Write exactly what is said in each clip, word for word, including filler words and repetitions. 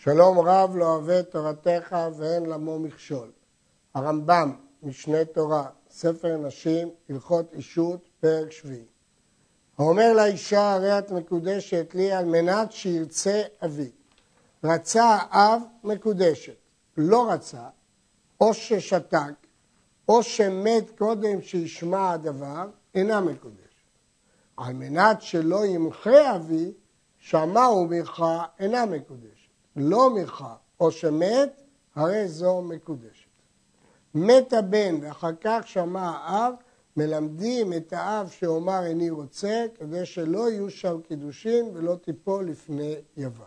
שלום רב לא אוהב את תורתך ואין למו מכשול. הרמב"ם, משנה תורה, ספר נשים, הלכות אישות, פרק שביעי. האומר לאישה, הרי את מקודשת לי על מנת שירצה אבי. רצה האב מקודשת, לא רצה, או ששתק, או שמת קודם שישמע הדבר, אינה מקודשת. על מנת שלא ימחה אבי, שמע ומיכה אינה מקודשת. לא מיכה או שמת, הרי זו מקודשת. מת הבן ואחר כך שמע האב, מלמדים את האב שאומר איני רוצה, כדי שלא יהיו שם קידושין ולא תיפול לפני יוון.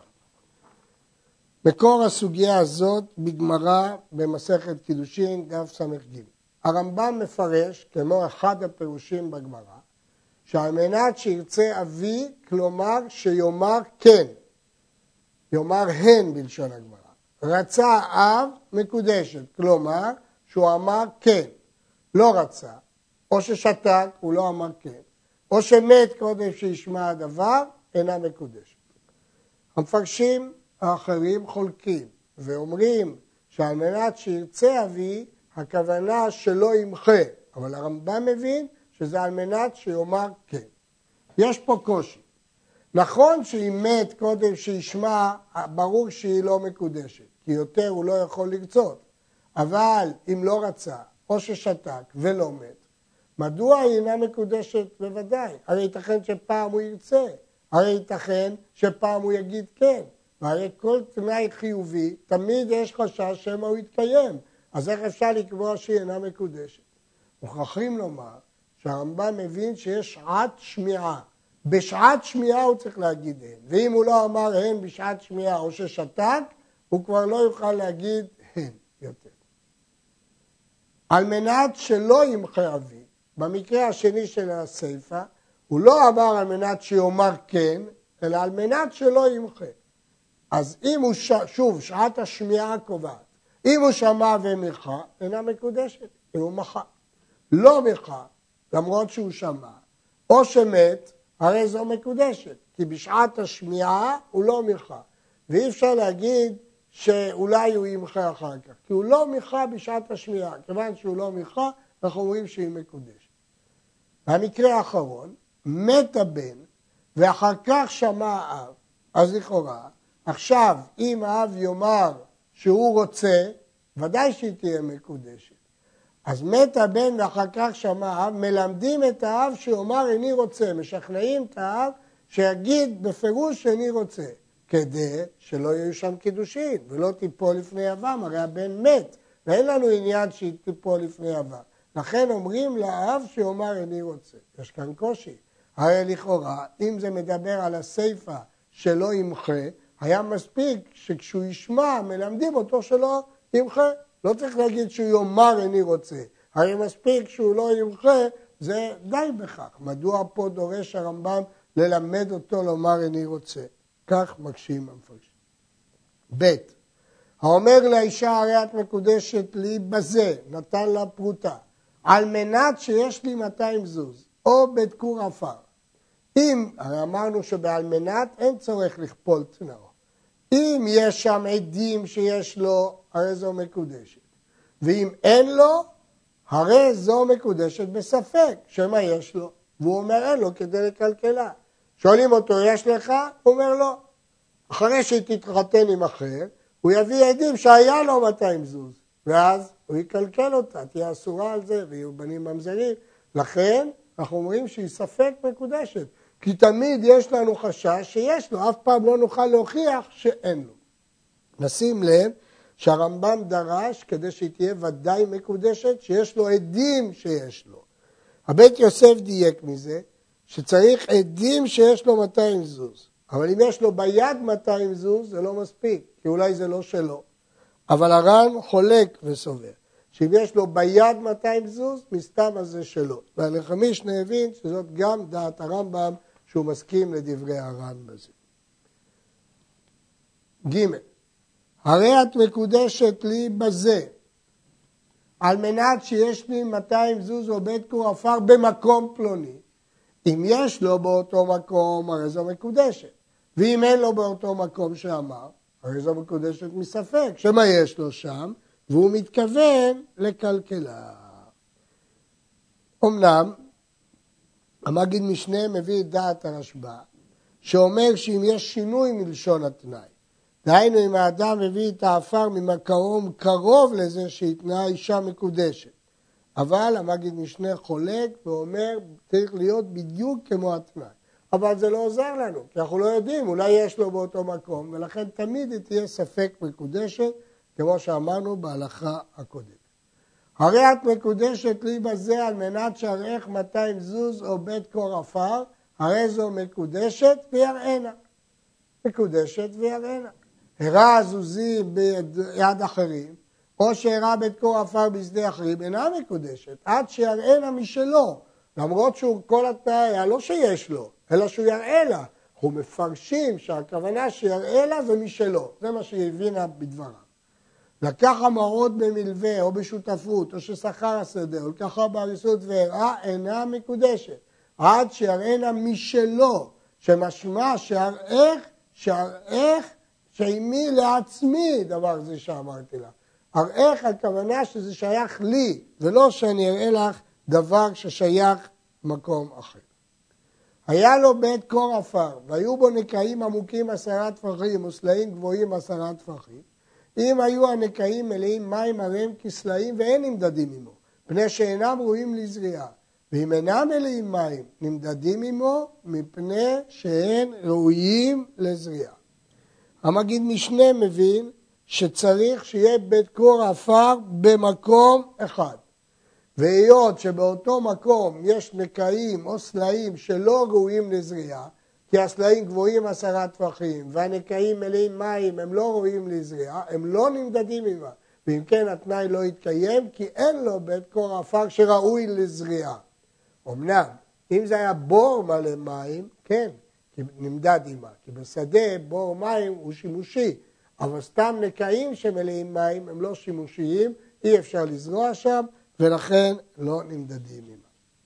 מקור הסוגיה הזאת בגמרא במסכת קידושין דף ס"ג. הרמב"ם מפרש, כמו אחד הפירושים בגמרא, שעל מנת שירצה אבי, כלומר שיאמר כן, יאמר הן בלשון הגמרא. רצה האב מקודשת, כלומר שהוא אמר כן, לא רצה, או ששתק, הוא לא אמר כן, או שמת קודם שישמע הדבר, אינה מקודשת. המפרשים האחרים חולקים ואומרים שעל מנת שירצה אבי, הכוונה שלא ימחה, אבל הרמב"ם מבין שזה על מנת שיאמר כן. יש פה קושי. נכון שאם מת קודם שישמע, ברור שהיא לא מקודשת, כי יותר הוא לא יכול לרצות. אבל אם לא רצה, או ששתק ולא מת, מדוע היא אינה מקודשת? בוודאי. הרי ייתכן שפעם הוא ירצה, הרי ייתכן שפעם הוא יגיד כן. והרי כל תנאי חיובי, תמיד יש חשש שמא הוא יתקיים. אז איך אפשר לקבוע שהיא אינה מקודשת? מוכרחים לומר שהרמב"ם מבין שיש שעת שמיעה. בשעת שמיעה הוא צריך להגיד הן. ואם הוא לא אמר הן בשעת שמיעה או ששתק, הוא כבר לא יוכל להגיד הן יותר. על מנת שלא ימחה אבי, במקרה השני של הסייפה, הוא לא אמר על מנת שיאמר כן, אלא על מנת שלא ימחה. אז אם הוא, ש... שוב, שעת השמיעה קובעת, אם הוא שמע ומיכה, אינה מקודשת, אם הוא מחה. לא מיכה, למרות שהוא שמע, או שמת, הרי זו מקודשת, כי בשעת השמיעה הוא לא מיכה. ואי אפשר להגיד שאולי הוא ימחה אחר כך, כי הוא לא מיכה בשעת השמיעה. כיוון שהוא לא מיכה, אנחנו אומרים שהיא מקודשת. המקרה האחרון, מת הבן, ואחר כך שמע האב, אז לכאורה, עכשיו אם האב יאמר שהוא רוצה, ודאי שהיא תהיה מקודשת. אז מת הבן ואחר כך שמע האב, מלמדים את האב שאומר איני רוצה, משכנעים את האב שיגיד בפירוש איני רוצה, כדי שלא יהיו שם קידושין ולא תיפול לפני יבם, הרי הבן מת, ואין לנו עניין שהיא תיפול לפני יבם. לכן אומרים לאב שאומר איני רוצה. יש כאן קושי. הרי לכאורה, אם זה מדבר על הסייפה שלא ימחה, היה מספיק שכשהוא ישמע מלמדים אותו שלא ימחה. לא צריך להגיד שהוא יאמר איני רוצה. הרי מספיק שהוא לא ימחה, זה די בכך. מדוע פה דורש הרמב"ם ללמד אותו לומר איני רוצה? כך מקשים המפרשים. ב' האומר לאישה הרי את מקודשת לי בזה, נתן לה פרוטה, על מנת שיש לי מאתיים זוז, או בדקור עפר. אם, הרי אמרנו שבעל מנת אין צורך לכפול תנאו. אם יש שם עדים שיש לו, הרי זו מקודשת. ואם אין לו, הרי זו מקודשת בספק, שמה יש לו. והוא אומר אין לו כדי לקלקלה. שואלים אותו, יש לך? הוא אומר לא. אחרי שהיא תתחתן עם אחר, הוא יביא עדים שהיה לו מאתיים זוז. ואז הוא יקלקל אותה, תהיה אסורה על זה, ויהיו בנים ממזרים. לכן אנחנו אומרים שהיא ספק מקודשת. כי תמיד יש לנו חשש שיש לו, אף פעם לא נוכל להוכיח שאין לו. נשים לב שהרמב"ם דרש כדי שהיא תהיה ודאי מקודשת, שיש לו עדים שיש לו. הבית יוסף דייק מזה, שצריך עדים שיש לו מאתיים זוז. אבל אם יש לו ביד מאתיים זוז, זה לא מספיק, כי אולי זה לא שלו. אבל הר"ן חולק וסובר, שאם יש לו ביד מאתיים זוז, מסתם הזה שלו. והנחמישנה הבין שזאת גם דעת הרמב"ם, שהוא מסכים לדברי הר"ן בזה. ג' הרי את מקודשת לי בזה, על מנת שיש לי מאתיים זוז או בית כור עפר במקום פלוני. אם יש לו באותו מקום, הרי זו מקודשת. ואם אין לו באותו מקום שאמר, הרי זו מקודשת מספק, שמה יש לו שם? והוא מתכוון לקלקלה. אמנם, המגיד משנה מביא את דעת הרשב"א, שאומר שאם יש שינוי מלשון התנאי, דהיינו אם האדם מביא את האפר ממקום קרוב לזה שהתנאה אישה מקודשת, אבל המגיד משנה חולק ואומר צריך להיות בדיוק כמו התנאי. אבל זה לא עוזר לנו, כי אנחנו לא יודעים, אולי יש לו באותו מקום, ולכן תמיד תהיה ספק מקודשת, כמו שאמרנו בהלכה הקודמת. הרי את מקודשת לי בזה על מנת שהראך מאתיים זוז או בית קור עפר, הרי זו מקודשת ויראנה. מקודשת ויראנה. הראה הזוזים ביד אחרים, או שהראה בית קור עפר בשדה אחרים, אינה מקודשת, עד שיראנה משלו, למרות שהוא כל התנאי היה לא שיש לו, אלא שהוא יראה לה. אנחנו מפרשים שהכוונה שיראה לה זה משלו, זה מה שהיא הבינה בדברה. לקח המעות במלווה או בשותפות או ששכר השדה או לקחה בהריסות והראה אינה מקודשת עד שיראנה משלו שמשמע שהראך שהראך שעימי לעצמי דבר זה שאמרתי לה. הראך הכוונה שזה שייך לי ולא שאני אראה לך דבר ששייך מקום אחר. היה לו בית קור עפר והיו בו נקעים עמוקים עשרה טפחים וסלעים גבוהים עשרה טפחים. אם היו הנקעים מלאים מים הרים כסלעים ואין נמדדים עמו, פני שאינם ראויים לזריעה. ואם אינם מלאים מים, נמדדים עמו מפני שהן ראויים לזריעה. המגיד משנה מבין שצריך שיהיה בית קור עפר במקום אחד. והיות שבאותו מקום יש נקעים או סלעים שלא ראויים לזריעה, כי הסלעים גבוהים עשרה טפחים והנקעים מלאים מים הם לא ראויים לזריעה, הם לא נמדדים עמה. ואם כן התנאי לא יתקיים כי אין לו בית קור עפר שראוי לזריעה. אמנם אם זה היה בור מלא מים, כן, כי נמדד עמה. כי בשדה בור מים הוא שימושי, אבל סתם נקעים שמלאים מים הם לא שימושיים, אי אפשר לזרוע שם ולכן לא נמדדים עמה.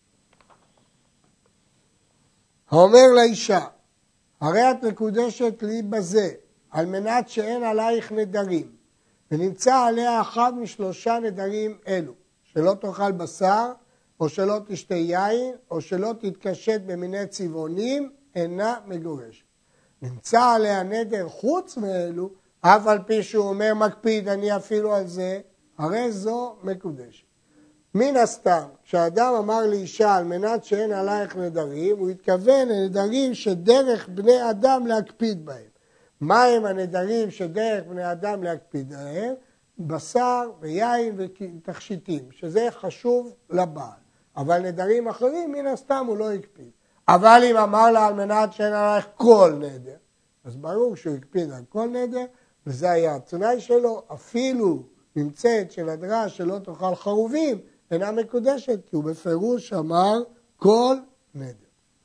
האומר לאישה, הרי את מקודשת לי בזה, על מנת שאין עלייך נדרים, ונמצא עליה אחד משלושה נדרים אלו, שלא תאכל בשר, או שלא תשתה יין, או שלא תתקשט במיני צבעונים, אינה מגורשת. נמצא עליה נדר חוץ מאלו, אף על פי שהוא אומר מקפיד, אני אפילו על זה, הרי זו מקודשת. מן הסתם, כשאדם אמר לאישה על מנת שאין עלייך נדרים, הוא התכוון לנדרים שדרך בני אדם להקפיד בהם. מה הם הנדרים שדרך בני אדם להקפיד בהם? בשר ויין ותכשיטים, שזה חשוב לבעל. אבל נדרים אחרים, מן הסתם הוא לא הקפיד. אבל אם אמר לה על מנת שאין עלייך כל נדר, אז ברור שהוא הקפיד על כל נדר, וזה היה התנאי שלו, אפילו נמצאת שנדרה שלא תאכל חרובים, אינה מקודשת, כי הוא בפירוש אמר כל נדר.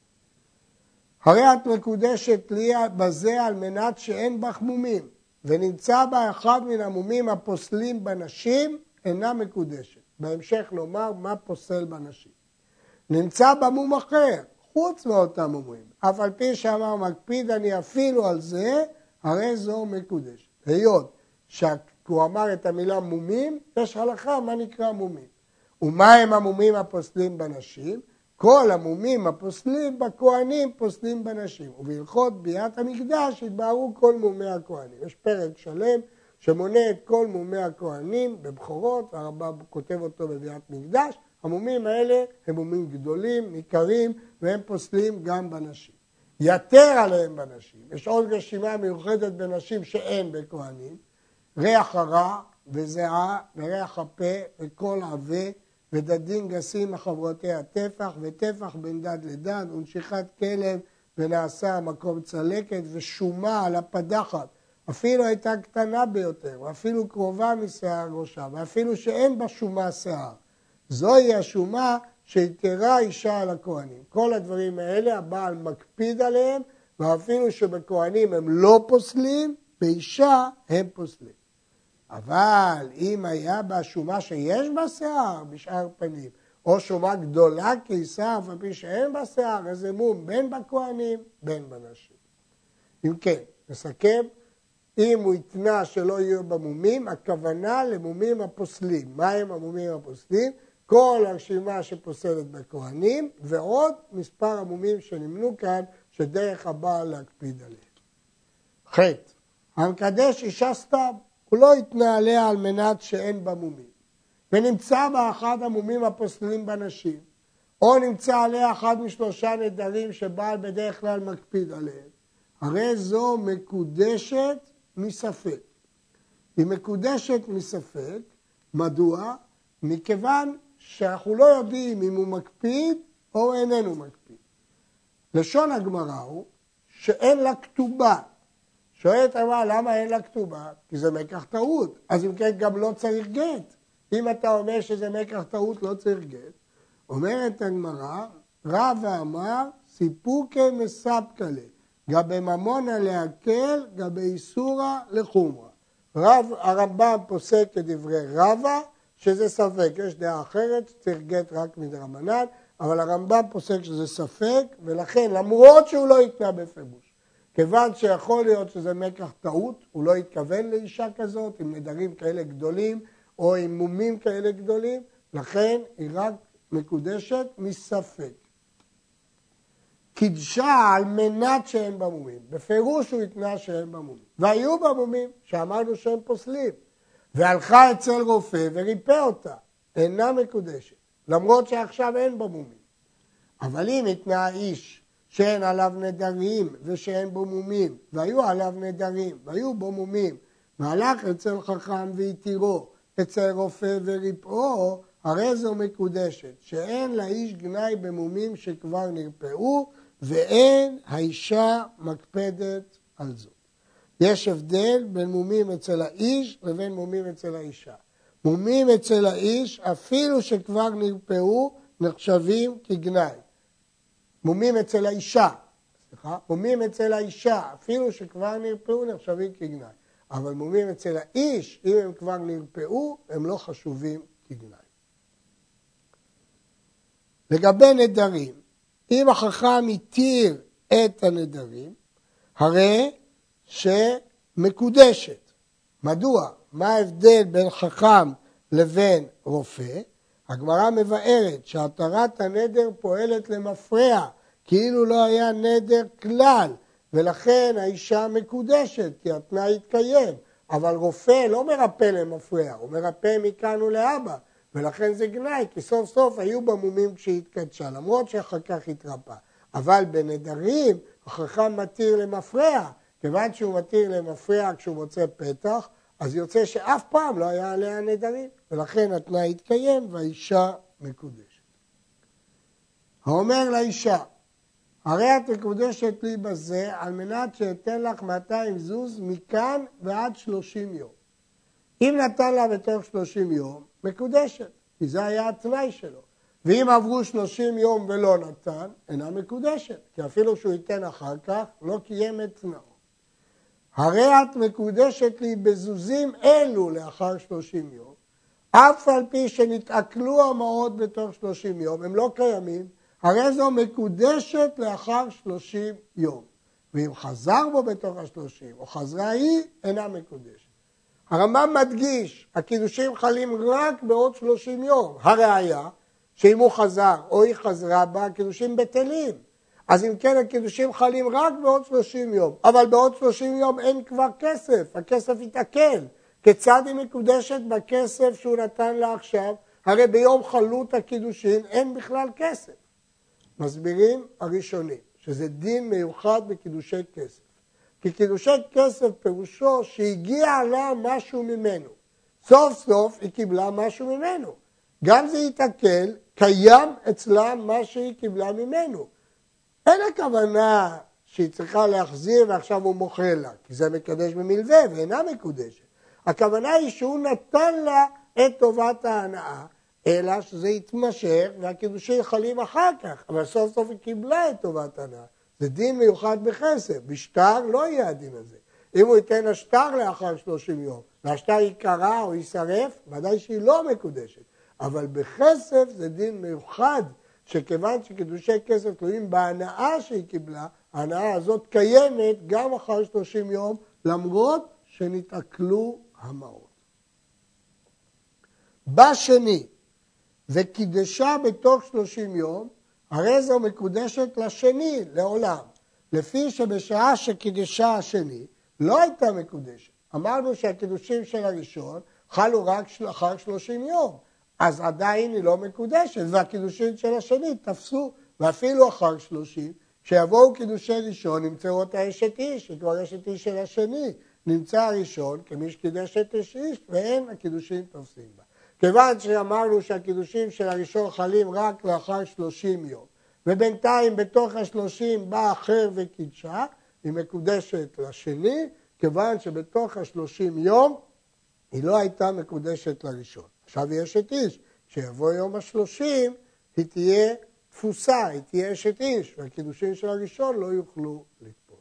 הרי את מקודשת לי בזה על מנת שאין בך מומים, ונמצא בה אחד מן המומים הפוסלים בנשים, אינה מקודשת. בהמשך נאמר מה פוסל בנשים. נמצא בה מום אחר, חוץ מאותם מומים. אף על פי שאמר מקפיד אני אפילו על זה, הרי זו מקודשת. היות שהוא אמר את המילה מומים, יש הלכה מה נקרא מומים. ומה הם המומים הפוסלים בנשים? כל המומים הפוסלים בכהנים פוסלים בנשים. ובהלכות ביאת המקדש התבהרו כל מומי הכהנים. יש פרק שלם שמונה את כל מומי הכהנים בבכורות, הרמב"ם כותב אותו בביאת מקדש. המומים האלה הם מומים גדולים, ניכרים, והם פוסלים גם בנשים. יתר עליהם בנשים. יש עוד רשימה מיוחדת בנשים שאין בכהנים. ריח הרע וזיעה וריח הפה וכל עבה ודדין גסים מחברותי הטפח וטפח בין דד לדד ונשיכת כלב ונעשה מקום צלקת ושומה על הפדחת. אפילו הייתה קטנה ביותר ואפילו קרובה משיער ראשה ואפילו שאין בה שומה שיער. זוהי השומה שהתירה אישה על הכהנים. כל הדברים האלה הבעל מקפיד עליהם ואפילו שבכהנים הם לא פוסלים, באישה הם פוסלים. אבל אם היה בה שומה שיש בה שיער בשאר פנים, או שומה גדולה קיסר, אף על פי שאין בה שיער, אז זה מום בין בכהנים, בין בנשים. אם כן, נסכם, אם הוא יתנה שלא יהיו במומים, הכוונה למומים הפוסלים. מה הם המומים הפוסלים? כל הרשימה שפוסלת בכהנים, ועוד מספר המומים שנמנו כאן, שדרך הבעל להקפיד עליהם. חטא, המקדש אישה סתם, הוא לא יתנה עליה על מנת שאין בה מומים. ונמצא בה אחד המומים הפוסלים בנשים, או נמצא עליה אחד משלושה נדרים שבעל בדרך כלל מקפיד עליהם. הרי זו מקודשת מספק. היא מקודשת מספק, מדוע? מכיוון שאנחנו לא יודעים אם הוא מקפיד או איננו מקפיד. לשון הגמרא הוא שאין לה כתובה. שואלת אמרה, למה אין לה כתובה? כי זה מקח טעות. אז אם כן גם לא צריך גט. אם אתה אומר שזה מקח טעות לא צריך גט. אומרת הגמרא, רב ואמר, סיפוקי מספקא לה. גבי ממונה להקל, גבי איסורה לחומרה. רב, הרמב"ם פוסק כדברי רבא, שזה ספק. יש דעה אחרת, צריך גט רק מדרבנן, אבל הרמב"ם פוסק שזה ספק, ולכן למרות שהוא לא יתנה בפירוש, כיוון שיכול להיות שזה מקח טעות, הוא לא התכוון לאישה כזאת, עם נדרים כאלה גדולים, או עם מומים כאלה גדולים, לכן היא רק מקודשת מספק. קידשה על מנת שאין בה מומים. בפירוש הוא התנה שאין בה מומים. והיו בה מומים, שאמרנו שהם פוסלים. והלכה אצל רופא וריפא אותה. אינה מקודשת. למרות שעכשיו אין בה מומים. אבל אם התנה האיש שאין עליו נדרים ושאין בו מומים, והיו עליו נדרים והיו בו מומים, והלך אצל חכם והתירו, אצל רופא וריפאו, הרי זו מקודשת, שאין לאיש גנאי במומים שכבר נרפאו, ואין האישה מקפדת על זאת. יש הבדל בין מומים אצל האיש לבין מומים אצל האישה. מומים אצל האיש, אפילו שכבר נרפאו, נחשבים כגנאי. מומים אצל האישה, סליחה, מומים אצל האישה, אפילו שכבר נרפאו, נחשבים כגנאי. אבל מומים אצל האיש, אם הם כבר נרפאו, הם לא חשובים כגנאי. לגבי נדרים, אם החכם התיר את הנדרים, הרי שמקודשת. מדוע? מה ההבדל בין חכם לבין רופא? הגמרא מבארת שהתרת הנדר פועלת למפרע, כאילו לא היה נדר כלל, ולכן האישה מקודשת, כי התנאי התקיים. אבל רופא לא מרפא למפרע, הוא מרפא מכאן ולהבא. ולכן זה גנאי, כי סוף סוף היו במומים כשהתקדשה, למרות שאחר כך התרפא. אבל בנדרים, החכם מתיר למפרע, כיוון שהוא מתיר למפרע כשהוא מוצא פתח, אז יוצא שאף פעם לא היה עליה נדרים, ולכן התנאי התקיים והאישה מקודשת. האומר לאישה, הרי את מקודשת לי בזה, על מנת שאתן לך מאתיים זוז מכאן ועד שלושים יום. אם נתן לה בתוך שלושים יום, מקודשת, כי זה היה התנאי שלו. ואם עברו שלושים יום ולא נתן, אינה מקודשת, כי אפילו שהוא ייתן אחר כך, לא קיים את תנאו. הרי את מקודשת לי בזוזים אלו לאחר שלושים יום, אף על פי שנתעכלו המעות בתוך שלושים יום, הם לא קיימים, הרי זו מקודשת לאחר שלושים יום. ואם חזר בו בתוך השלושים, או חזרה היא, אינה מקודשת. הרמב"ם מדגיש, הקידושים חלים רק בעוד שלושים יום. הראיה, שאם הוא חזר או היא חזרה בה, הקידושים בטלים. אז אם כן, הקידושים חלים רק בעוד שלושים יום. אבל בעוד שלושים יום אין כבר כסף, הכסף יתעכל. כיצד היא מקודשת בכסף שהוא נתן לה עכשיו? הרי ביום חלות הקידושים אין בכלל כסף. מסבירים הראשונים, שזה דין מיוחד בקידושי כסף. כי קידושי כסף פירושו שהגיע לה משהו ממנו. סוף סוף היא קיבלה משהו ממנו. גם זה יתעכל, קיים אצלה מה שהיא קיבלה ממנו. אין הכוונה שהיא צריכה להחזיר ועכשיו הוא מוכר לה, כי זה מקדש במלווה ואינה מקודשת. הכוונה היא שהוא נתן לה את טובת ההנאה, אלא שזה יתמשך והקידושים חלים אחר כך, אבל סוף סוף היא קיבלה את טובת ההנאה. זה דין מיוחד בכסף, בשטר לא יהיה הדין הזה. אם הוא ייתן השטר לאחר שלושים יום, והשטר יקרה או יישרף, ודאי שהיא לא מקודשת. אבל בכסף זה דין מיוחד, שכיוון שקידושי כסף תלויים בהנאה שהיא קיבלה, ההנאה הזאת קיימת גם אחר שלושים יום, למרות שנתעכלו המעות. בשני, וקידשה בתוך שלושים יום, הרי זו מקודשת לשני, לעולם. לפי שבשעה שקידשה השני, לא הייתה מקודשת. אמרנו שהקידושים של הראשון חלו רק אחר שלושים יום, אז עדיין היא לא מקודשת, והקידושים של השני תפסו, ואפילו אחר שלושים, כשיבואו קידושי ראשון, נמצאו אותה אשת איש, היא כבר אשת איש של השני, נמצא הראשון כמי שקידש את אשת איש, ואין הקידושים תופסים בה. כיוון שאמרנו שהקידושים של הראשון חלים רק לאחר שלושים יום, ובינתיים בתוך השלושים בא אחר וקידשה, היא מקודשת לשני, כיוון שבתוך השלושים יום היא לא הייתה מקודשת לראשון. עכשיו היא אשת איש, כשיבוא יום השלושים היא תהיה תפוסה, היא תהיה אשת איש, והקידושים של הראשון לא יוכלו לתפוס.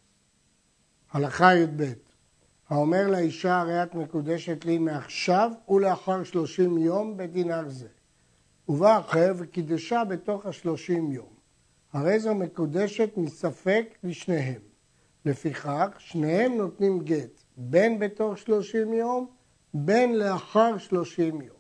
הלכה י"ב, האומר לאישה הרי את מקודשת לי מעכשיו ולאחר שלושים יום בדינר זה. ובא אחר וקידשה בתוך השלושים יום. הרי זו מקודשת מספק לשניהם. לפיכך שניהם נותנים גט, בין בתוך שלושים יום, בין לאחר שלושים יום.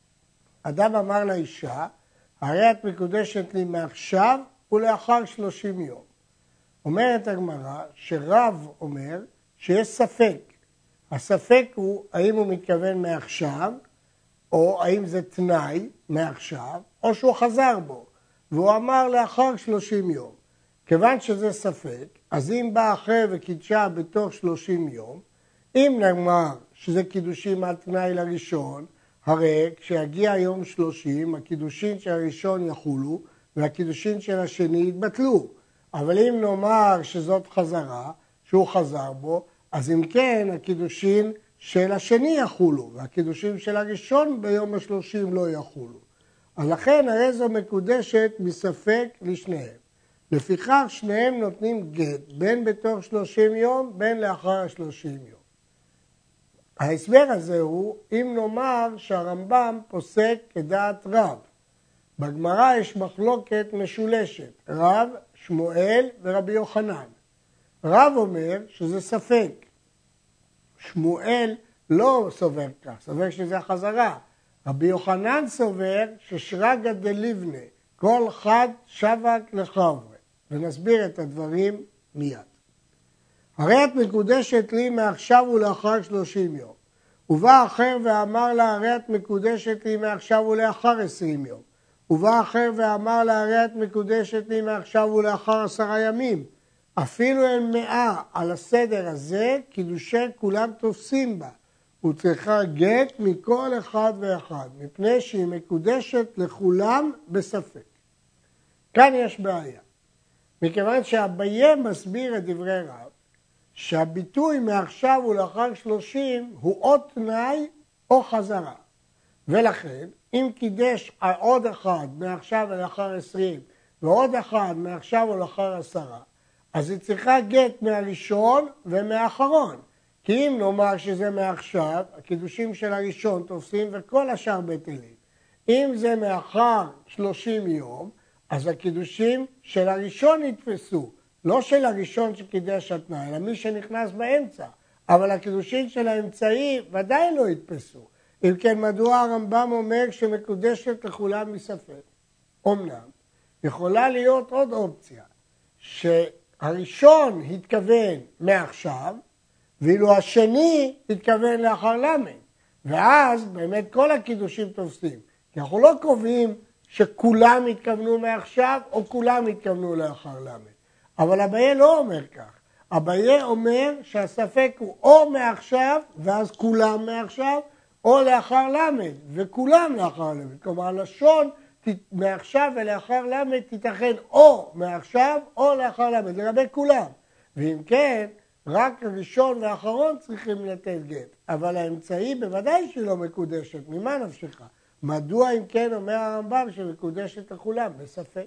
אדם אמר לאישה, הרי את מקודשת לי מעכשיו ולאחר שלושים יום. אומרת הגמרא שרב אומר שיש ספק. הספק הוא האם הוא מתכוון מעכשיו, או האם זה תנאי מעכשיו, או שהוא חזר בו. והוא אמר לאחר שלושים יום. כיוון שזה ספק, אז אם בא אחר וקידשה בתוך שלושים יום, אם נאמר שזה קידושים על תנאי לראשון, הרי כשיגיע יום שלושים, הקידושים של הראשון יחולו, והקידושים של השני יתבטלו. אבל אם נאמר שזאת חזרה, שהוא חזר בו, אז אם כן, הקידושים של השני יחולו, והקידושים של הראשון ביום השלושים לא יחולו. אז לכן הרי זו מקודשת מספק לשניהם. לפיכך שניהם נותנים גט, בין בתוך שלושים יום, בין לאחר שלושים יום. ההסבר הזה הוא, אם נאמר שהרמב"ם פוסק כדעת רב. בגמרא יש מחלוקת משולשת, רב, שמואל ורבי יוחנן. רב אומר שזה ספק. שמואל לא סובר כך, סובר שזה חזרה. רבי יוחנן סובר ששרגא דלבנה, כל חד שבק לחברה. ונסביר את הדברים מיד. הרי את מקודשת לי מעכשיו ולאחר שלושים יום. ובא אחר ואמר לה, הרי את מקודשת לי מעכשיו ולאחר עשרים יום. ובא אחר ואמר לה, הרי את מקודשת לי מעכשיו ולאחר עשרה ימים. אפילו אין מאה על הסדר הזה, קידושי כולם תופסים בה. הוא צריכה גט מכל אחד ואחד, מפני שהיא מקודשת לכולם בספק. כאן יש בעיה. מכיוון שהביה מסביר את דברי רב, שהביטוי מעכשיו ולאחר שלושים הוא או תנאי או חזרה. ולכן, אם קידש עוד אחד מעכשיו ולאחר עשרים, ועוד אחד מעכשיו ולאחר עשרה, אז היא צריכה גט מהראשון ומהאחרון. כי אם נאמר שזה מעכשיו, הקידושים של הראשון תופסים וכל השאר בטלים. אם זה מאחר שלושים יום, אז הקידושים של הראשון יתפסו. לא של הראשון שקידש התנאי, אלא מי שנכנס באמצע. אבל הקידושים של האמצעי ודאי לא יתפסו. אם כן, מדוע הרמב"ם אומר שמקודשת לכולם מספק? אמנם, יכולה להיות עוד אופציה, שהראשון התכוון מעכשיו, ואילו השני התכוון לאחר למד. ואז באמת כל הקידושים תופסים. כי אנחנו לא קובעים שכולם התכוונו מעכשיו, או כולם התכוונו לאחר למד. אבל אביה לא אומר כך. אביה אומר שהספק הוא או מעכשיו, ואז כולם מעכשיו, או לאחר למד, וכולם לאחר למד. כלומר, הלשון מעכשיו ולאחר למד תיתכן או מעכשיו, או לאחר למד, לגבי כולם. ואם כן, רק הראשון והאחרון צריכים לתת גט. אבל האמצעי בוודאי שלא מקודשת. ממה נפשך? מדוע אם כן אומר הרמב"ם שמקודשת לכולם? בספק.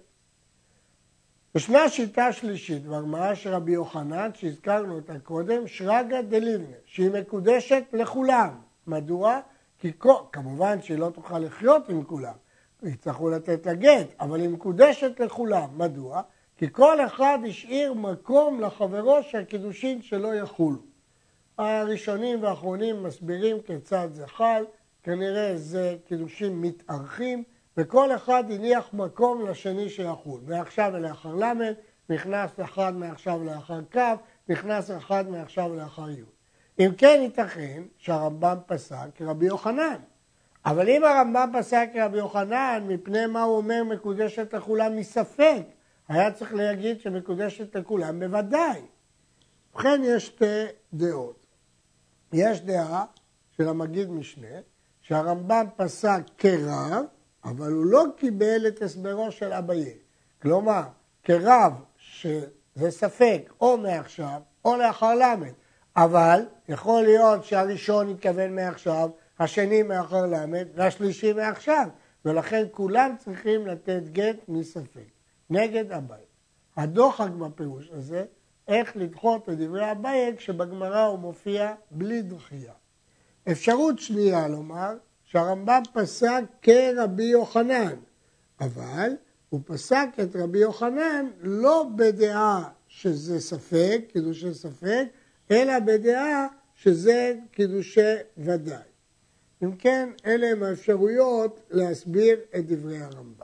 ישנה שיטה שלישית, והגמרא של רבי יוחנן, שהזכרנו אותה קודם, שרגא דלבנה, שהיא מקודשת לכולם. מדוע? כי כמובן שהיא לא תוכל לחיות עם כולם, יצטרכו לתת לה גט, אבל היא מקודשת לכולם. מדוע? כי כל אחד השאיר מקום לחברו שהקידושין שלו יחולו. הראשונים והאחרונים מסבירים כיצד זה חל, כנראה זה קידושים מתארחים, וכל אחד הניח מקום לשני שיחול. מעכשיו ולאחר למד, נכנס אחד מעכשיו לאחר כ', נכנס אחד מעכשיו לאחר י'. אם כן ייתכן שהרמב"ם פסק כרבי יוחנן. אבל אם הרמב"ם פסק כרבי יוחנן, מפני מה הוא אומר מקודשת לכולם מספק, היה צריך להגיד שמקודשת לכולם בוודאי. ובכן יש שתי דעות. יש דעה של המגיד משנה, שהרמב"ם פסק כרב, אבל הוא לא קיבל את הסברו של אביי. כלומר, כרב שזה ספק או מעכשיו או לאחר למד. אבל יכול להיות שהראשון יתכוון מעכשיו, השני מאחר למד והשלישי מעכשיו. ולכן כולם צריכים לתת גט מספק. נגד אביי. הדוחק בפירוש הזה, איך לדחות את דברי אביי כשבגמרא הוא מופיע בלי דחייה. אפשרות שנייה לומר שהרמב"ם פסק כרבי יוחנן, אבל הוא פסק את רבי יוחנן לא בדעה שזה ספק, קידושי ספק, אלא בדעה שזה קידושי ודאי. אם כן, אלה הם האפשרויות להסביר את דברי הרמב"ם.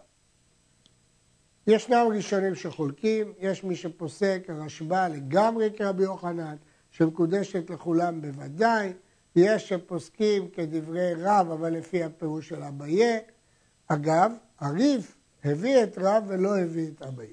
ישנם ראשונים שחולקים, יש מי שפוסק הרשב"א לגמרי כרבי יוחנן, שמקודשת לכולם בוודאי, יש שפוסקים כדברי רב, אבל לפי הפירוש של אביי. אגב, הריף הביא את רב ולא הביא את אביי.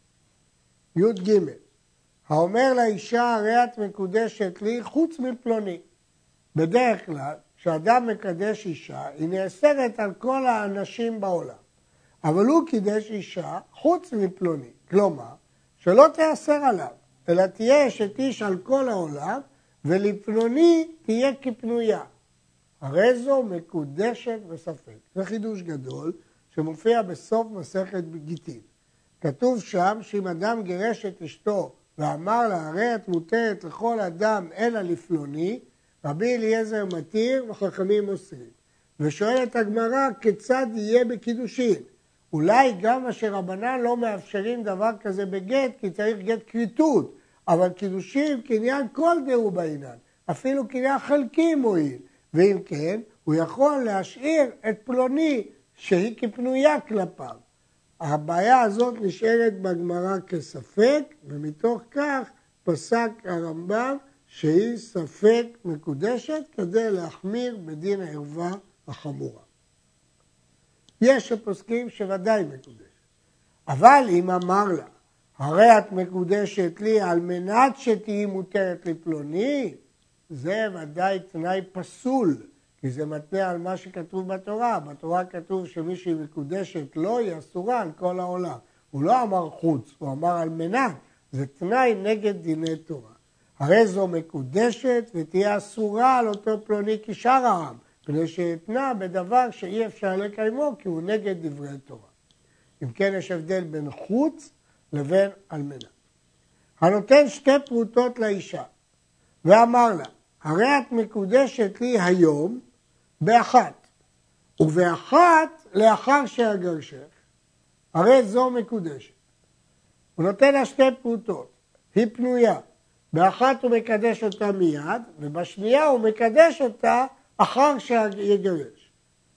י' ג' האומר לאישה, הרי את מקודשת לי חוץ מפלוני. בדרך כלל, כשאדם מקדש אישה, היא נאסרת על כל האנשים בעולם. אבל הוא קידש אישה חוץ מפלוני. כלומר, שלא תאסר עליו, אלא תהיה אשת איש על כל העולם, ולפלוני תהיה כפנויה. הרי זו מקודשת בספק. זה חידוש גדול שמופיע בסוף מסכת גיטין. כתוב שם שאם אדם גירש את אשתו ואמר לה, הרי את מותרת לכל אדם אלא לפלוני, רבי אליעזר מתיר וחכמים אוסרים. ושואלת הגמרא כיצד יהיה בקידושין. אולי גם אשר רבנן לא מאפשרים דבר כזה בגט, כי צריך גט כריתות. אבל קידושים קניין כל דהו בעינן, אפילו קניין חלקי מועיל. ואם כן, הוא יכול להשאיר את פלוני שהיא כפנויה כלפיו. הבעיה הזאת נשארת בגמרא כספק, ומתוך כך פסק הרמב"ם שהיא ספק מקודשת כדי להחמיר בדין הערווה החמורה. יש שפוסקים שוודאי מקודשת. אבל אם אמר לה, הרי את מקודשת לי על מנת שתהי מותרת לפלוני, זה ודאי תנאי פסול, כי זה מתנה על מה שכתוב בתורה. בתורה כתוב שמי שהיא מקודשת לא היא אסורה על כל העולם. הוא לא אמר חוץ, הוא אמר על מנת. זה תנאי נגד דיני תורה. הרי זו מקודשת ותהיה אסורה על אותו פלוני כשאר העם, כדי שיתנה בדבר שאי אפשר לקיימו, כי הוא נגד דברי תורה. אם כן, יש הבדל בין חוץ לבין על מנת. הנותן שתי פרוטות לאישה, ואמר לה, הרי את מקודשת לי היום באחת, ובאחת לאחר שאגרשך, הרי זו מקודשת. הוא נותן לה שתי פרוטות, היא פנויה. באחת הוא מקדש אותה מיד, ובשנייה הוא מקדש אותה אחר שיגרש.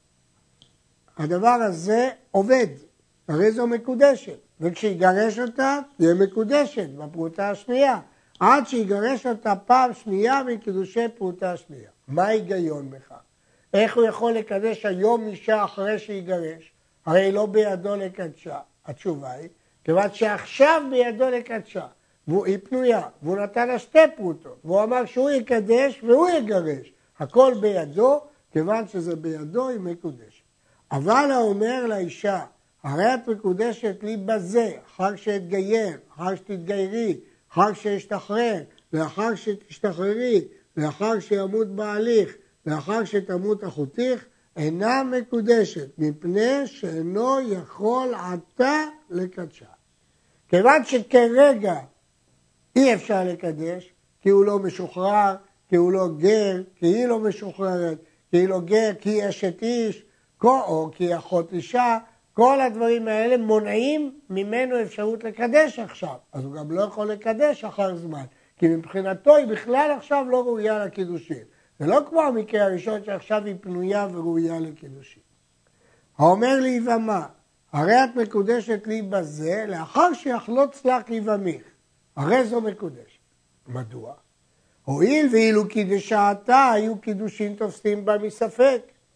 הדבר הזה עובד, הרי זו מקודשת. וכשיגרש אותה, תהיה מקודשת בפרוטה השנייה. עד שיגרש אותה פעם שנייה מקידושי פרוטה שנייה. מה ההיגיון בכך? איך הוא יכול לקדש היום אישה אחרי שיגרש? הרי לא בידו לקדשה. התשובה היא, כיוון שעכשיו בידו לקדשה, והיא פנויה, והוא נתן לה שתי פרוטות, והוא אמר שהוא יקדש והוא יגרש. הכל בידו, כיוון שזה בידו היא מקודשת. אבל האומר לאישה, הרי את מקודשת לי בזה, אחר שאתגייר, אחר שתתגיירי, אחר שאשתחרר, לאחר שתשתחררי, לאחר שימות בהליך, לאחר שתמות אחותיך, אינה מקודשת, מפני שאינו יכול עתה לקדשה. כיוון שכרגע אי אפשר לקדש, כי הוא לא משוחרר, כי הוא לא גר, כי היא לא משוחררת, כי היא לא גר, כי היא אשת איש, או כי היא אחות אישה, כל הדברים האלה מונעים ממנו אפשרות לקדש עכשיו. אז הוא גם לא יכול לקדש אחר זמן, כי מבחינתו היא בכלל עכשיו לא ראויה לקידושין. זה לא כמו המקרה הראשון שעכשיו היא פנויה וראויה לקידושין. האומר ליבמה, הרי את מקודשת לי בזה, לאחר שיחלוץ לך יבמיך. הרי זו מקודשת. מדוע? הואיל ואילו קידשתה היו קידושין תופסים בה מספק.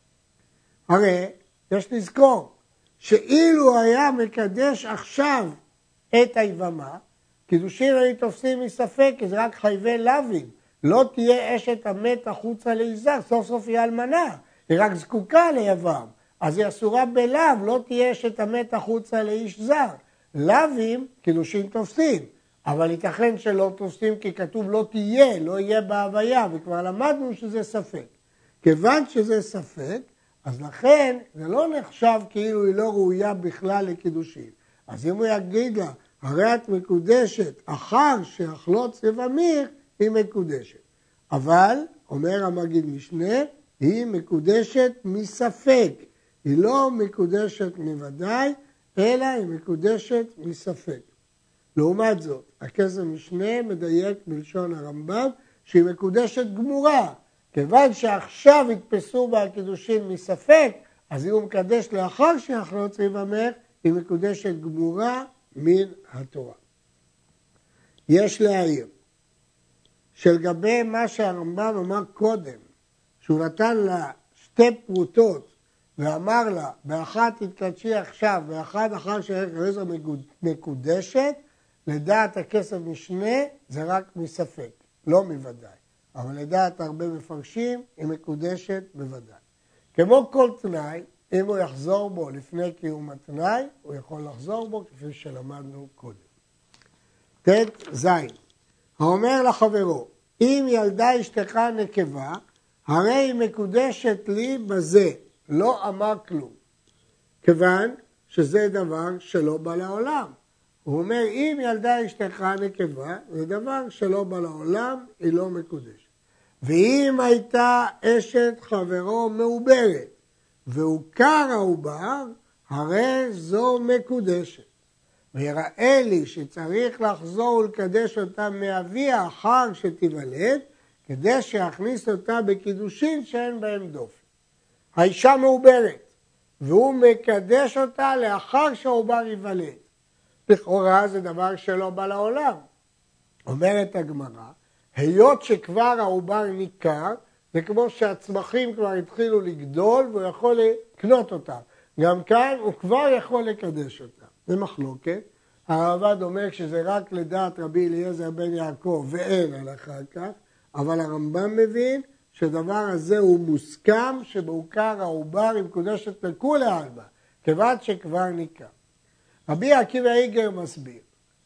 הרי יש לזכור שאילו היה מקדש עכשיו את היבמה, קידושין היו תופסים מספק, כי זה רק חייבי לווים. לא תהיה אשת המת החוצה לאישה, סוף סוף היא אלמנה, היא רק זקוקה ליבם. אז היא אסורה בלאו, לא תהיה אשת המת החוצה לאיש זר. לווים, קידושין תופסים, אבל ייתכן שלא תופסים כי כתוב לא תהיה, לא יהיה בהוויה, וכבר למדנו שזה ספק. כיוון שזה ספק, אז לכן זה לא נחשב כאילו היא לא ראויה בכלל לקידושין. אז אם הוא יגיד לה, הרי את מקודשת, אחר שיחלוץ יבמיך, היא מקודשת. אבל, אומר המגיד משנה, היא מקודשת מספק. היא לא מקודשת מוודאי, אלא היא מקודשת מספק. לעומת זאת, הכסף משנה מדייק בלשון הרמב"ם, שהיא מקודשת גמורה. כיוון שעכשיו התפסו בה הקידושין מספק, אז אם הוא מקדש לאחר שיחלוץ יבמיך, היא מקודשת גמורה מן התורה. יש להעיר, שלגבי מה שהרמב"ם אמר קודם, שהוא נתן לה שתי פרוטות, ואמר לה, באחת תתקדשי עכשיו, ואחת אחר שהרזו מקודשת, לדעת הכסף משנה, זה רק מספק, לא מוודאי. אבל לדעת הרבה מפרשים, היא מקודשת בוודאי. כמו כל תנאי, אם הוא יחזור בו לפני קיום התנאי, הוא יכול לחזור בו כפי שלמדנו קודם. תת זין, האומר לחברו, אם ילדה אשתך נקבה, הרי היא מקודשת לי בזה, לא אמר כלום. כיוון שזה דבר שלא בא לעולם. הוא אומר, אם ילדה אשתך נקבה, זה דבר שלא בא לעולם, היא לא מקודשת. ואם הייתה אשת חברו מעוברת, והוכר העובר, הרי זו מקודשת. ויראה לי שצריך לחזור ולקדש אותה מאביה אחר שתיוולד, כדי שיכניס אותה בקידושין שאין בהם דופן. האישה מעוברת, והוא מקדש אותה לאחר שהעובר ייוולד. לכאורה זה דבר שלא בא לעולם. אומרת הגמרא, היות שכבר העובר ניכר, זה כמו שהצמחים כבר התחילו לגדול והוא יכול לקנות אותם. גם כאן הוא כבר יכול לקדש אותם. זה מחלוקת. הרעב"ד אומר שזה רק לדעת רבי אליעזר בן יעקב ואין על אחר כך, אבל הרמב"ם מבין שדבר הזה הוא מוסכם שבעוקר העובר היא מקודשת לכולי עלמא, כיוון שכבר ניכר. רבי עקיבא איגר מסביר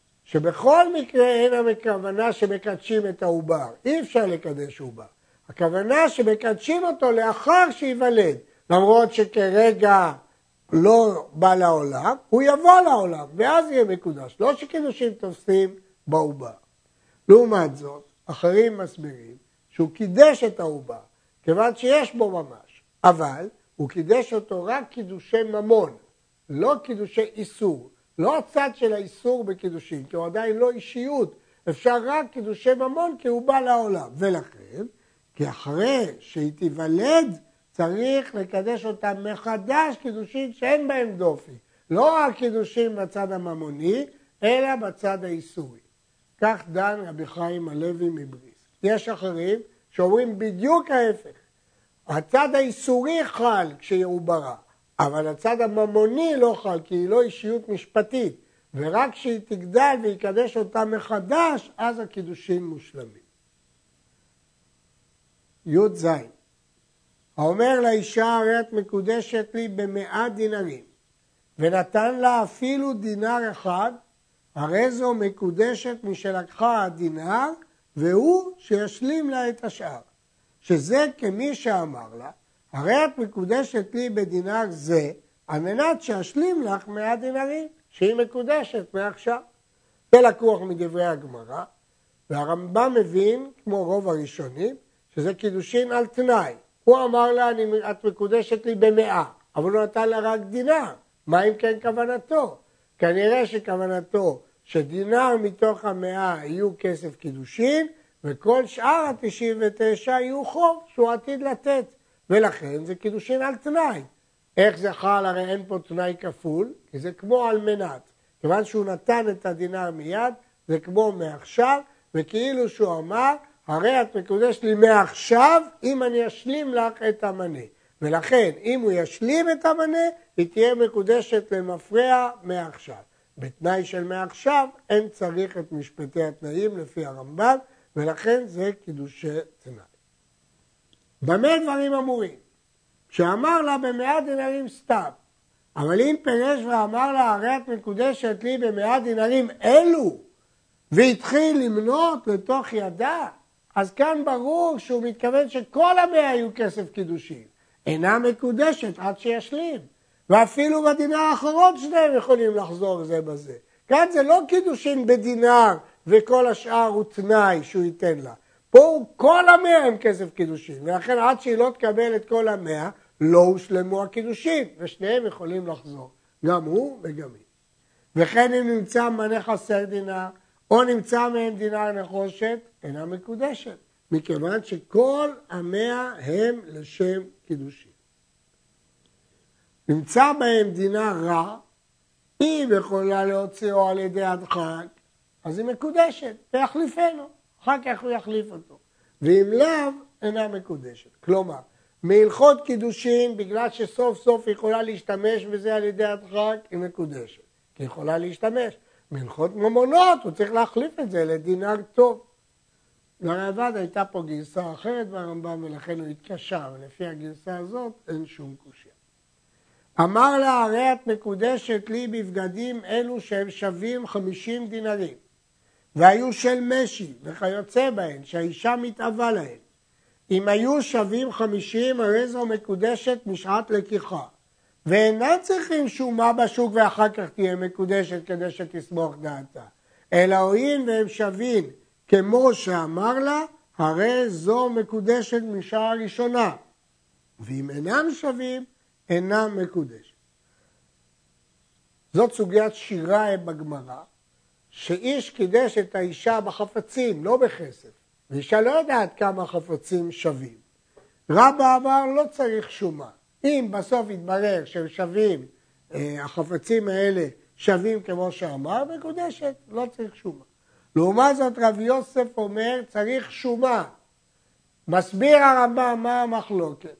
שבכל מקרה אין הכוונה שמקדשים את העובר, אי אפשר לקדש עובר. הכוונה שמקדשים אותו לאחר שיוולד, למרות שכרגע לא בא לעולם, הוא יבוא לעולם, ואז יהיה מקודש. לא שקידושים תופסים בעובר. לעומת זאת, אחרים מסבירים שהוא קידש את העובר, כיוון שיש בו ממש, אבל הוא קידש אותו רק קידושי ממון, לא קידושי איסור. לא הצד של האיסור בקידושים, כי הוא עדיין לא אישיות, אפשר רק קידושי ממון כי הוא בא לעולם. ולכן, כי אחרי שהיא תיוולד, צריך לקדש אותה מחדש קידושים שאין בהם דופי. לא רק קידושים בצד הממוני, אלא בצד האיסורי. כך דן רבי חיים הלוי מבריסק. יש אחרים שאומרים בדיוק ההפך. הצד האיסורי חל כשהיא עוברה, אבל הצד הממוני לא חל, כי היא לא אישיות משפטית. ורק כשהיא תגדל ויקדש אותה מחדש, אז הקידושים מושלמים. י' ז' האומר לאישה, הרי את מקודשת לי במאה דינרים, ונתן לה אפילו דינר אחד, הרי זו מקודשת משלקחה הדינר, והוא שישלים לה את השאר. שזה כמי שאמר לה, הרי את מקודשת לי בדינר זה, על מנת שישלים לך מאה דינרים, שהיא מקודשת מעכשיו. זה לקוח מדברי הגמרא, והרמב"ם מבין, כמו רוב הראשונים, שזה קידושין על תנאי. הוא אמר לה, את מקודשת לי במאה, אבל הוא נתן לה רק דינר. מה אם כן כוונתו? כנראה שכוונתו שדינר מתוך המאה יהיו כסף קידושין, וכל שאר ה-תשעים ותשע יהיו חוב שהוא עתיד לתת, ולכן זה קידושין על תנאי. איך זה חל? הרי אין פה תנאי כפול, כי זה כמו על מנת. כיוון שהוא נתן את הדינר מיד, זה כמו מעכשיו, וכאילו שהוא אמר, הרי את מקודשת לי מעכשיו, אם אני אשלים לך את המנה. ולכן, אם הוא ישלים את המנה, היא תהיה מקודשת למפרע מעכשיו. בתנאי של מעכשיו, אין צריך את משפטי התנאים לפי הרמב"ם, ולכן זה קידושי תנאי. במה דברים אמורים? שאמר לה במאה דינרים סתם, אבל אם פרש ואמר לה, הרי את מקודשת לי במאה דינרים אלו, והתחיל למנות לתוך ידה, אז כאן ברור שהוא מתכוון שכל המאה היו כסף קידושין. אינה מקודשת עד שישלים. ואפילו בדינר האחרון שניהם יכולים לחזור זה בזה. כאן זה לא קידושין בדינר וכל השאר הוא תנאי שהוא ייתן לה. פה הוא כל המאה הם כסף קידושין. ולכן עד שהיא לא תקבל את כל המאה, לא הושלמו הקידושין. ושניהם יכולים לחזור. גם הוא וגם היא. וכן אם נמצא מנה חסר דינר, או נמצא מהם דינר נחושת, אינה מקודשת. מכיוון שכל המאה הם לשם קידושין. נמצא בהם דינר רע, אם יכולה להוציאו על ידי הדחק, אז היא מקודשת, ויחליפנו. אחר כך הוא יחליף אותו. ואם לאו, אינה מקודשת. כלומר, מהלכות קידושין, בגלל שסוף סוף היא יכולה להשתמש בזה על ידי הדחק, היא מקודשת. כי היא יכולה להשתמש. מהלכות ממונות, הוא צריך להחליף את זה לדינר טוב. לרעב"ד הייתה פה גרסה אחרת ברמב"ם, ולכן הוא התקשה, ולפי הגרסה הזאת אין שום קושיה. אמר לה, הרי את מקודשת לי בבגדים אלו שהם שווים חמישים דינרים, והיו של משי וכיוצא בהן, שהאישה מתאווה להן. אם היו שווים חמישים, הרי זו מקודשת משעת לקיחה, ואינם צריכים שומה בשוק ואחר כך תהיה מקודשת כדי שתסמוך דעתה, אלא הואיל והם שווים כמו שאמר לה, הרי זו מקודשת משעה ראשונה, ואם אינם שווים, אינם מקודשת. זאת סוגיית שירה בגמרא, שאיש קידש את האישה בחפצים, לא בכסף, ואישה לא יודעת כמה חפצים שווים. רבא אמר לא צריך שומה. אם בסוף יתברר שהם שווים, החפצים האלה שווים כמו שאמר, מקודשת, לא צריך שומה. לעומת זאת רבי יוסף אומר צריך שומה. מסביר הרמב"ם מה המחלוקת.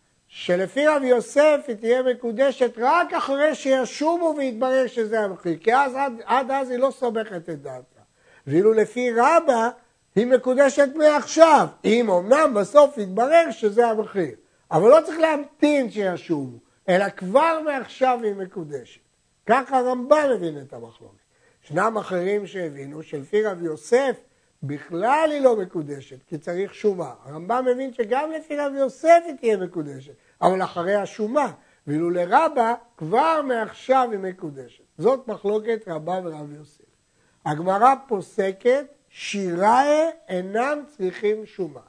שלפי רבי יוסף היא תהיה מקודשת רק אחרי שישובו ויתברר שזה המחיר. כי אז, עד, עד אז היא לא סומכת את דעתה. ואילו לפי רבא היא מקודשת מעכשיו. אם אמנם בסוף יתברר שזה המחיר. אבל לא צריך להמתין שישובו, אלא כבר מעכשיו היא מקודשת. ככה הרמב"ם מבין את המחלוקת. ישנם אחרים שהבינו שלפי רבי יוסף בכלל היא לא מקודשת, כי צריך שומה. הרמב"ם מבין שגם לפי רבי יוסף היא תהיה מקודשת, אבל אחרי השומה, ואילו לרבא כבר מעכשיו היא מקודשת. זאת מחלוקת רבא ורבי יוסף. הגמרא פוסקת, שיראי אינם צריכים שומה.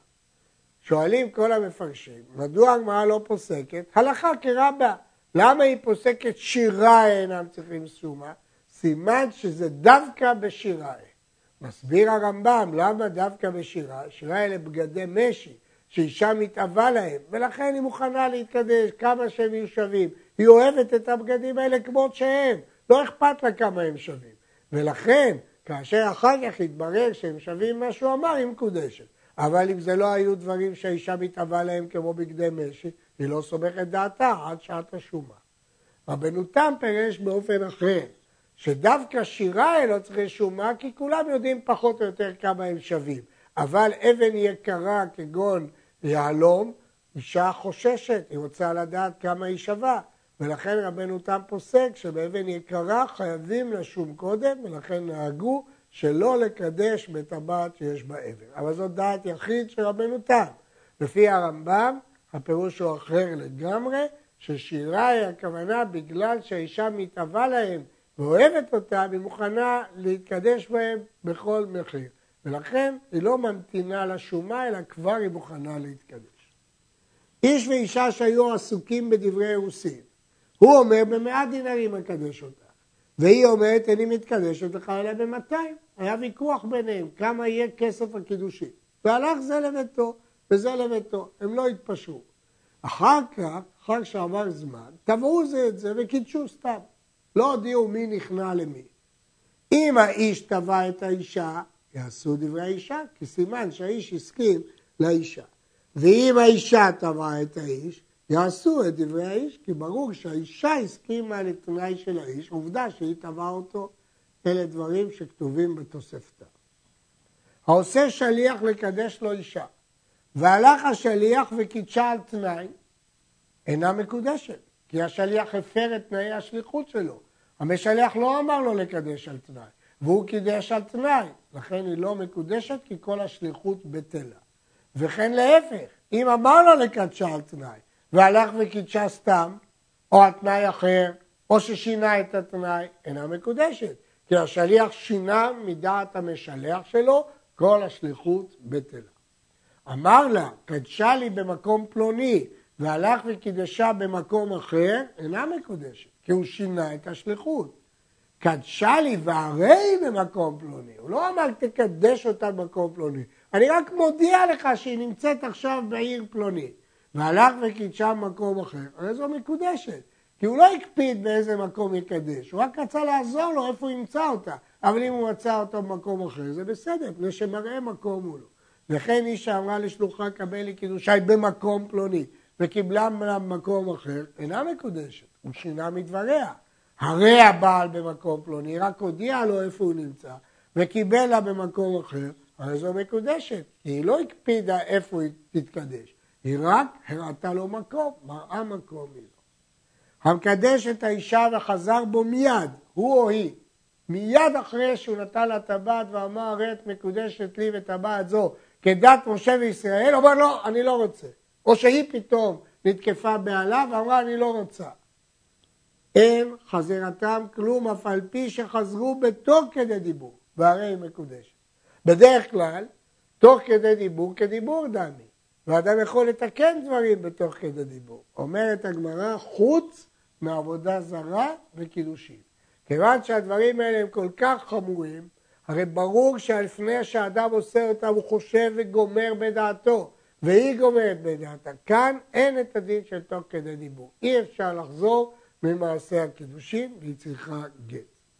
שואלים כל המפרשים, מדוע הגמרא לא פוסקת? הלכה כרבא. למה היא פוסקת שיראי אינם צריכים שומה? סימן שזה דווקא בשיראי. מסביר הרמב"ם, למה דווקא בשיראי? שיראי אלה בגדי משי, שאישה מתאווה להם, ולכן היא מוכנה להתקדש כמה שהם יהיו שווים. היא אוהבת את הבגדים האלה כמו שהם, לא אכפת לה כמה הם שווים. ולכן, כאשר אחר כך יתברר שהם שווים מה שהוא אמר, היא מקודשת. אבל אם זה לא היו דברים שהאישה מתאווה להם כמו בגדי משי, היא לא סומכת דעתה עד שעת השומה. רבנו תם פירש באופן אחר, שדווקא שיראי לא צריך שומה, כי כולם יודעים פחות או יותר כמה הם שווים. אבל אבן יקרה כגון יהלום, אישה חוששת, היא רוצה לדעת כמה היא שווה. ולכן רבנו תם פוסק שבאבן יקרה חייבים לשום קודם, ולכן נהגו שלא לקדש בטבעת שיש בה אבן. אבל זאת דעת יחיד של רבנו תם. לפי הרמב"ם, הפירוש הוא אחר לגמרי, ששיראי הכוונה בגלל שהאישה מתאווה להם, ואוהבת אותה, והיא מוכנה להתקדש בהם בכל מחיר. ולכן היא לא ממתינה לשומה, אלא כבר היא מוכנה להתקדש. איש ואישה שהיו עסוקים בדברי אירוסין, הוא אומר במאה דינרים מקדש אותה. והיא אומרת, אני מתקדשת לך אלא ב-מאתיים. היה ויכוח ביניהם, כמה יהיה כסף הקידושין. והלך זה לביתו, וזה לביתו. הם לא התפשרו. אחר כך, אחר שעבר זמן, תבעו זה את זה וקידשו סתם. לא הודיעו מי נכנע למי. אם האיש תבע את האישה, יעשו דברי האישה, כי סימן שהאיש הסכים לאישה. ואם האישה תבעה את האיש, יעשו את דברי האיש, כי ברור שהאישה הסכימה לתנאי של האיש, עובדה שהיא תבעה אותו, אלה דברים שכתובים בתוספתא. העושה שליח לקדש לו אישה, והלך השליח וקידשה על תנאי, אינה מקודשת, כי השליח הפר את תנאי השליחות שלו. המשליח לא אמר לו לקדש על תנאי, והוא קידש על תנאי, לכן היא לא מקודשת כי כל השליחות בטלה. וכן להפך, אם אמר לו לקדשה על תנאי, והלך וקידשה סתם, או על תנאי אחר, או ששינה את התנאי, אינה מקודשת. כי השליח שינה מדעת המשלח שלו, כל השליחות בטלה. אמר לה, קדשה לי במקום פלוני, והלך וקידשה במקום אחר, אינה מקודשת, כי הוא שינה את השליחות. קדשה לי והרי במקום פלוני. הוא לא אמר תקדש אותה במקום פלוני. אני רק מודיע לך שהיא נמצאת עכשיו בעיר פלוני. והלך וקידשה במקום אחר, הרי זו מקודשת. כי הוא לא הקפיד באיזה מקום יקדש. הוא רק רצה לעזור לו איפה הוא ימצא אותה. אבל אם הוא מצא אותה במקום אחר, זה בסדר, פני שמראה מקום הוא לא. וכן היא שאמרה לשלוחה קבל לי קידושי במקום פלוני, וקיבלה במקום אחר, אינה מקודשת. הוא שינה מדבריה. הרי הבעל במקום פלוני, רק הודיע לו איפה הוא נמצא, וקיבל לה במקום אחר, הרי זו מקודשת. היא לא הקפידה איפה היא תתקדש, היא רק הראתה לו מקום, מראה מקום היא לא. המקדש את האישה וחזר בו מיד, הוא או היא, מיד אחרי שהוא נתן לה טבעת ואמר, הרי את מקודשת לי וטבעת זו, כדת משה וישראל, אומר לא, אני לא רוצה. או שהיא פתאום נתקפה בעלה ואמרה, אני לא רוצה. אין חזרתם כלום, אף על פי שחזרו בתוך כדי דיבור, והרי היא מקודשת. בדרך כלל, תוך כדי דיבור כדיבור דמי, ואדם יכול לתקן דברים בתוך כדי דיבור. אומרת הגמרא, חוץ מעבודה זרה וקידושים. כיוון שהדברים האלה הם כל כך חמורים, הרי ברור שלפני שהאדם עושה אותם הוא חושב וגומר בדעתו, והיא גומרת בדעתה. כאן אין את הדין של תוך כדי דיבור. אי אפשר לחזור ממעשה הקידושין, והיא צריכה גט.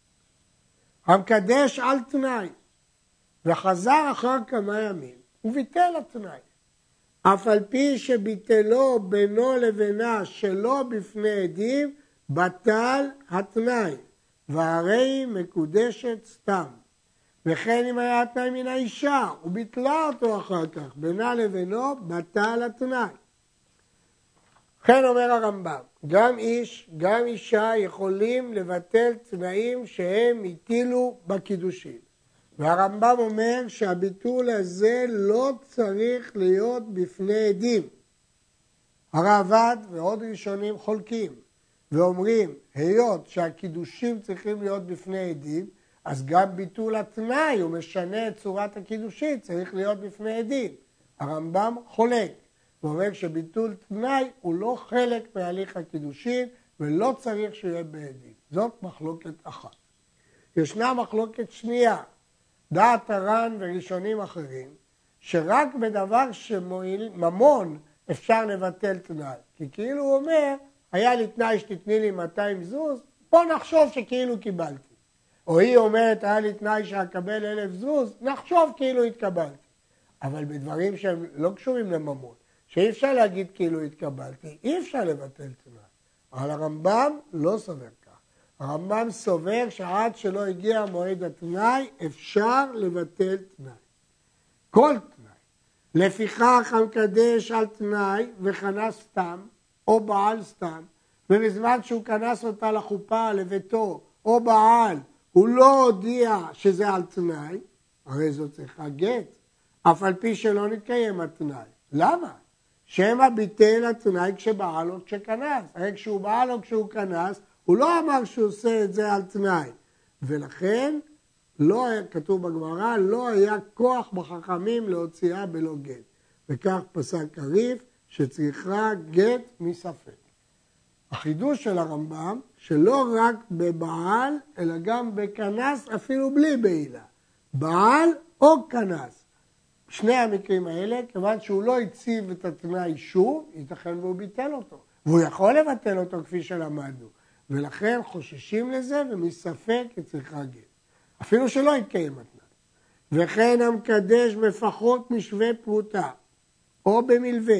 המקדש על תנאי, וחזר אחר כמה ימים, וביטל התנאי. אף על פי שביטלו בינו לבינה שלא בפני עדים, בטל התנאי, והרי מקודשת סתם. וכן אם היה התנאי מן האישה, וביטלה אותו אחר כך, בינה לבינו, בטל התנאי. כן אומר הרמב"ם, גם איש, גם אישה יכולים לבטל תנאים שהם הטילו בקידושין. והרמב"ם אומר שהביטול הזה לא צריך להיות בפני עדים. הרעב"ד ועוד ראשונים חולקים ואומרים, היות שהקידושים צריכים להיות בפני עדים, אז גם ביטול התנאי הוא משנה את צורת הקידושין, צריך להיות בפני עדים. הרמב"ם חולק. הוא אומר שביטול תנאי הוא לא חלק מהליך הקידושין ולא צריך שיהיה בעדים. זאת מחלוקת אחת. ישנה מחלוקת שנייה, דעת הר"ן וראשונים אחרים, שרק בדבר שמועיל ממון אפשר לבטל תנאי. כי כאילו הוא אומר, היה לי תנאי שתתני לי מאתיים זוז, בוא נחשוב שכאילו קיבלתי. או היא אומרת, היה לי תנאי שאקבל אלף זוז, נחשוב כאילו התקבלתי. אבל בדברים שהם לא קשורים לממון, שאי אפשר להגיד כאילו התקבלתי, אי אפשר לבטל תנאי. אבל הרמב"ם לא סובר כך. הרמב"ם סובר שעד שלא הגיע מועד התנאי, אפשר לבטל תנאי. כל תנאי. לפיכך המקדש על תנאי וכנס סתם, או בעל סתם, ובזמן שהוא כנס אותה לחופה, לביתו, או בעל, הוא לא הודיע שזה על תנאי, הרי זו צריכה גט, אף על פי שלא נתקיים התנאי. למה? שמא ביטל התנאי כשבעל או כשכנס. הרי כשהוא בעל או כשהוא כנס, הוא לא אמר שהוא עושה את זה על תנאי. ולכן, לא היה, כתוב בגמרא, לא היה כוח בחכמים להוציאה בלא גט. וכך פסק הריף שצריכה גט מספק. החידוש של הרמב"ם, שלא רק בבעל, אלא גם בכנס אפילו בלי בעילה. בעל או כנס. שני המקרים האלה, כיוון שהוא לא הציב את התנאי שוב, ייתכן והוא ביטל אותו. והוא יכול לבטל אותו כפי שלמדנו. ולכן חוששים לזה ומספק צריכה גט. אפילו שלא יתקיים התנאי. וכן המקדש בפחות משווה פרוטה, או במלווה,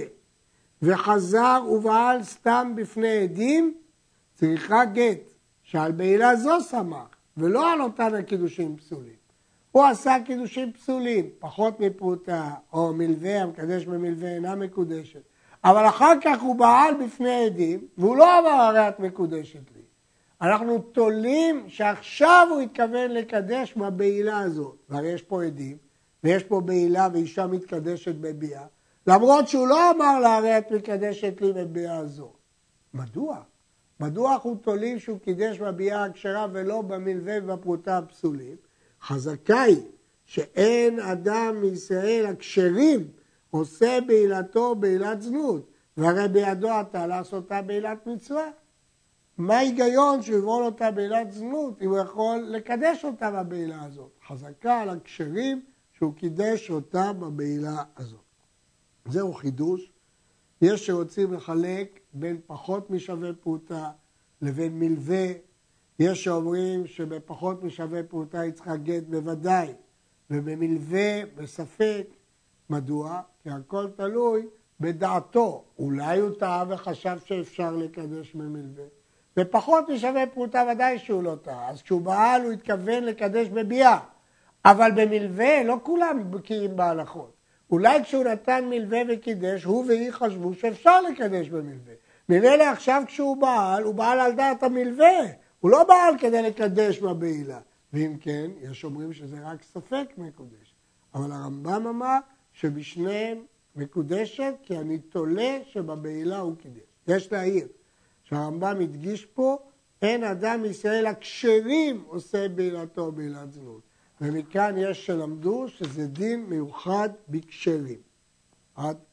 וחזר ובעל סתם בפני עדים, צריכה גט, שעל בעילה זו שמח, ולא על אותן הקידושים פסולים. הוא עשה קידושים פסולים, פחות מפרוטה, או מלווה, המקדש במלווה אינה מקודשת. אבל אחר כך הוא בעל בפני עדים, והוא לא אמר הרי את מקודשת לי. אנחנו תולים שעכשיו הוא התכוון לקדש בבעילה הזאת. והרי יש פה עדים, ויש פה בעילה ואישה מתקדשת בביאה, למרות שהוא לא אמר לה הרי את מקדשת לי בביאה הזאת. מדוע? מדוע אנחנו תולים שהוא קידש בביאה הכשרה ולא במלווה ובפרוטה הפסולים? חזקה היא שאין אדם מישראל הכשרים עושה בעילתו בעילת זנות, והרי בידו אתה לעשותה בעילת מצווה. מה ההיגיון שהוא יבוא אותה בעילת זנות אם הוא יכול לקדש אותה בבעילה הזאת? חזקה על הכשרים שהוא קידש אותה בבעילה הזאת. זהו חידוש. יש שרוצים לחלק בין פחות משווה פרוטה לבין מלווה. יש שאומרים שבפחות משווה פרוטה היא צריכה גט בוודאי, ובמלווה בספק. מדוע? כי הכל תלוי בדעתו. אולי הוא טעה וחשב שאפשר לקדש במלווה. בפחות משווה פרוטה ודאי שהוא לא טעה. אז כשהוא בעל הוא התכוון לקדש בביאה. אבל במלווה לא כולם בקיאים בהלכות. אולי כשהוא נתן מלווה וקידש, הוא והיא חשבו שאפשר לקדש במלווה. ממילא עכשיו כשהוא בעל, הוא בעל על דעת המלווה. הוא לא בעל כדי לקדש בבעילה. ואם כן, יש אומרים שזה רק ספק מקודש. אבל הרמב"ם אמר שבשניהם מקודשת, כי אני תולה שבבעילה הוא קידש. יש להעיר שהרמב"ם הדגיש פה, אין אדם ישראל הכשרים עושה בעילתו בעילת זנות. ומכאן יש שלמדו שזה דין מיוחד בכשרים. עד